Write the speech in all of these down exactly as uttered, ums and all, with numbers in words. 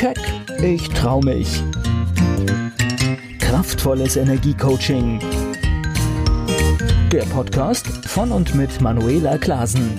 Keck, ich trau mich. Kraftvolles Energiecoaching. Der Podcast von und mit Manuela Klasen.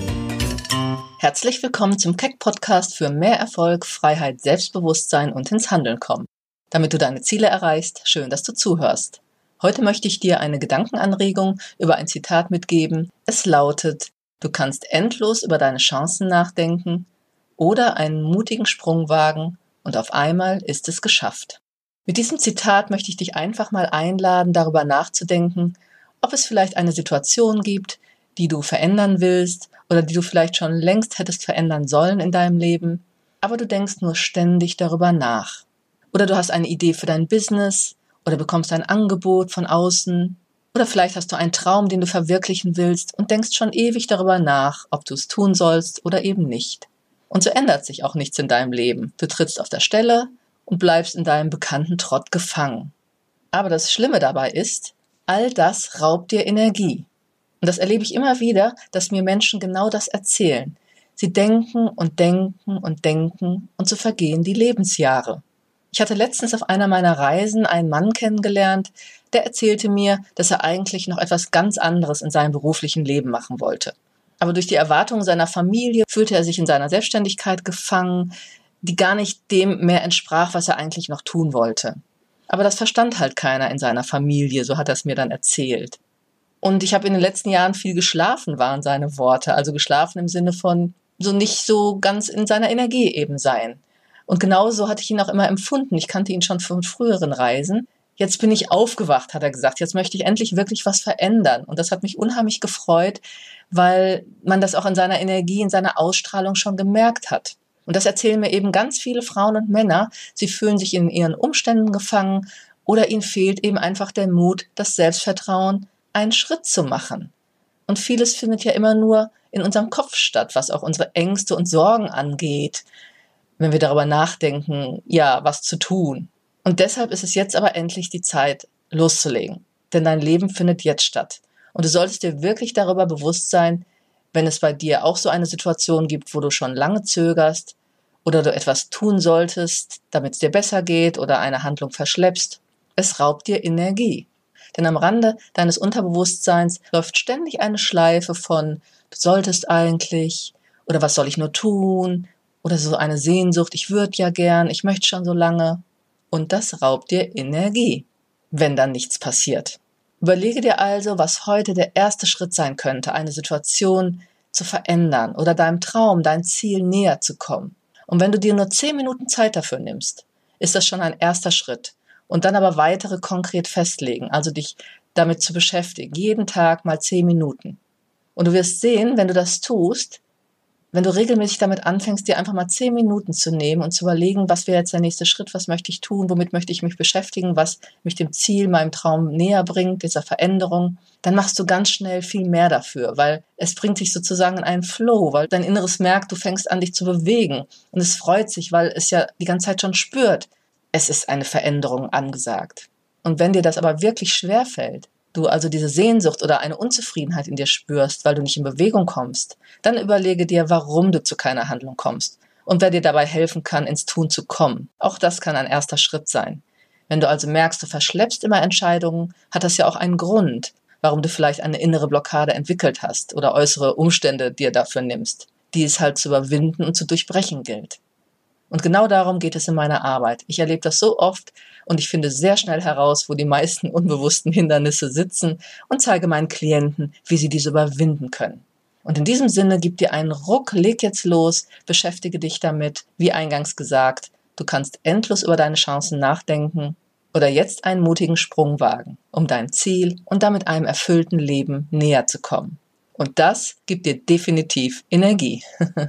Herzlich willkommen zum Keck-Podcast für mehr Erfolg, Freiheit, Selbstbewusstsein und ins Handeln kommen. Damit du deine Ziele erreichst, schön, dass du zuhörst. Heute möchte ich dir eine Gedankenanregung über ein Zitat mitgeben. Es lautet: Du kannst endlos über deine Chancen nachdenken oder einen mutigen Sprung wagen und auf einmal ist es geschafft. Mit diesem Zitat möchte ich dich einfach mal einladen, darüber nachzudenken, ob es vielleicht eine Situation gibt, die du verändern willst oder die du vielleicht schon längst hättest verändern sollen in deinem Leben, aber du denkst nur ständig darüber nach. Oder du hast eine Idee für dein Business oder bekommst ein Angebot von außen oder vielleicht hast du einen Traum, den du verwirklichen willst und denkst schon ewig darüber nach, ob du es tun sollst oder eben nicht. Und so ändert sich auch nichts in deinem Leben. Du trittst auf der Stelle und bleibst in deinem bekannten Trott gefangen. Aber das Schlimme dabei ist, all das raubt dir Energie. Und das erlebe ich immer wieder, dass mir Menschen genau das erzählen. Sie denken und denken und denken und so vergehen die Lebensjahre. Ich hatte letztens auf einer meiner Reisen einen Mann kennengelernt, der erzählte mir, dass er eigentlich noch etwas ganz anderes in seinem beruflichen Leben machen wollte. Aber durch die Erwartungen seiner Familie fühlte er sich in seiner Selbstständigkeit gefangen, die gar nicht dem mehr entsprach, was er eigentlich noch tun wollte. Aber das verstand halt keiner in seiner Familie, so hat er es mir dann erzählt. Und ich habe in den letzten Jahren viel geschlafen, waren seine Worte. Also geschlafen im Sinne von so nicht so ganz in seiner Energie eben sein. Und genauso hatte ich ihn auch immer empfunden. Ich kannte ihn schon von früheren Reisen. Jetzt bin ich aufgewacht, hat er gesagt. Jetzt möchte ich endlich wirklich was verändern. Und das hat mich unheimlich gefreut, weil man das auch in seiner Energie, in seiner Ausstrahlung schon gemerkt hat. Und das erzählen mir eben ganz viele Frauen und Männer. Sie fühlen sich in ihren Umständen gefangen oder ihnen fehlt eben einfach der Mut, das Selbstvertrauen, einen Schritt zu machen. Und vieles findet ja immer nur in unserem Kopf statt, was auch unsere Ängste und Sorgen angeht, wenn wir darüber nachdenken, ja, was zu tun. Und deshalb ist es jetzt aber endlich die Zeit, loszulegen. Denn dein Leben findet jetzt statt. Und du solltest dir wirklich darüber bewusst sein, wenn es bei dir auch so eine Situation gibt, wo du schon lange zögerst oder du etwas tun solltest, damit es dir besser geht oder eine Handlung verschleppst. Es raubt dir Energie. Denn am Rande deines Unterbewusstseins läuft ständig eine Schleife von du solltest eigentlich oder was soll ich nur tun oder so eine Sehnsucht, ich würde ja gern, ich möchte schon so lange. Und das raubt dir Energie, wenn dann nichts passiert. Überlege dir also, was heute der erste Schritt sein könnte, eine Situation zu verändern oder deinem Traum, dein Ziel näher zu kommen. Und wenn du dir nur zehn Minuten Zeit dafür nimmst, ist das schon ein erster Schritt. Und dann aber weitere konkret festlegen, also dich damit zu beschäftigen, jeden Tag mal zehn Minuten. Und du wirst sehen, wenn du das tust, wenn du regelmäßig damit anfängst, dir einfach mal zehn Minuten zu nehmen und zu überlegen, was wäre jetzt der nächste Schritt, was möchte ich tun, womit möchte ich mich beschäftigen, was mich dem Ziel, meinem Traum näher bringt, dieser Veränderung, dann machst du ganz schnell viel mehr dafür, weil es bringt dich sozusagen in einen Flow, weil dein Inneres merkt, du fängst an, dich zu bewegen und es freut sich, weil es ja die ganze Zeit schon spürt, es ist eine Veränderung angesagt. Und wenn dir das aber wirklich schwerfällt, du also diese Sehnsucht oder eine Unzufriedenheit in dir spürst, weil du nicht in Bewegung kommst, dann überlege dir, warum du zu keiner Handlung kommst und wer dir dabei helfen kann, ins Tun zu kommen. Auch das kann ein erster Schritt sein. Wenn du also merkst, du verschleppst immer Entscheidungen, hat das ja auch einen Grund, warum du vielleicht eine innere Blockade entwickelt hast oder äußere Umstände dir dafür nimmst, die es halt zu überwinden und zu durchbrechen gilt. Und genau darum geht es in meiner Arbeit. Ich erlebe das so oft und ich finde sehr schnell heraus, wo die meisten unbewussten Hindernisse sitzen und zeige meinen Klienten, wie sie diese überwinden können. Und in diesem Sinne, gib dir einen Ruck, leg jetzt los, beschäftige dich damit, wie eingangs gesagt, du kannst endlos über deine Chancen nachdenken oder jetzt einen mutigen Sprung wagen, um dein Ziel und damit einem erfüllten Leben näher zu kommen. Und das gibt dir definitiv Energie.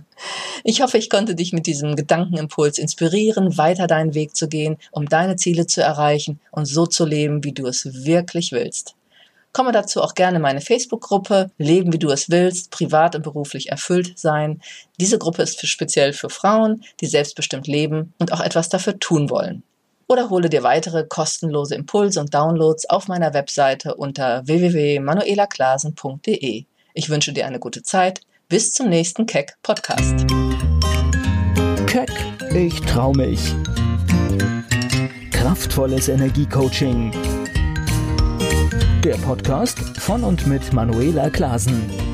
Ich hoffe, ich konnte dich mit diesem Gedankenimpuls inspirieren, weiter deinen Weg zu gehen, um deine Ziele zu erreichen und so zu leben, wie du es wirklich willst. Komme dazu auch gerne in meine Facebook-Gruppe Leben, wie du es willst, privat und beruflich erfüllt sein. Diese Gruppe ist für, speziell für Frauen, die selbstbestimmt leben und auch etwas dafür tun wollen. Oder hole dir weitere kostenlose Impulse und Downloads auf meiner Webseite unter w w w punkt manuela klasen punkt d e. Ich wünsche dir eine gute Zeit. Bis zum nächsten Keck-Podcast. Keck, ich trau mich. Kraftvolles Energiecoaching. Der Podcast von und mit Manuela Klasen.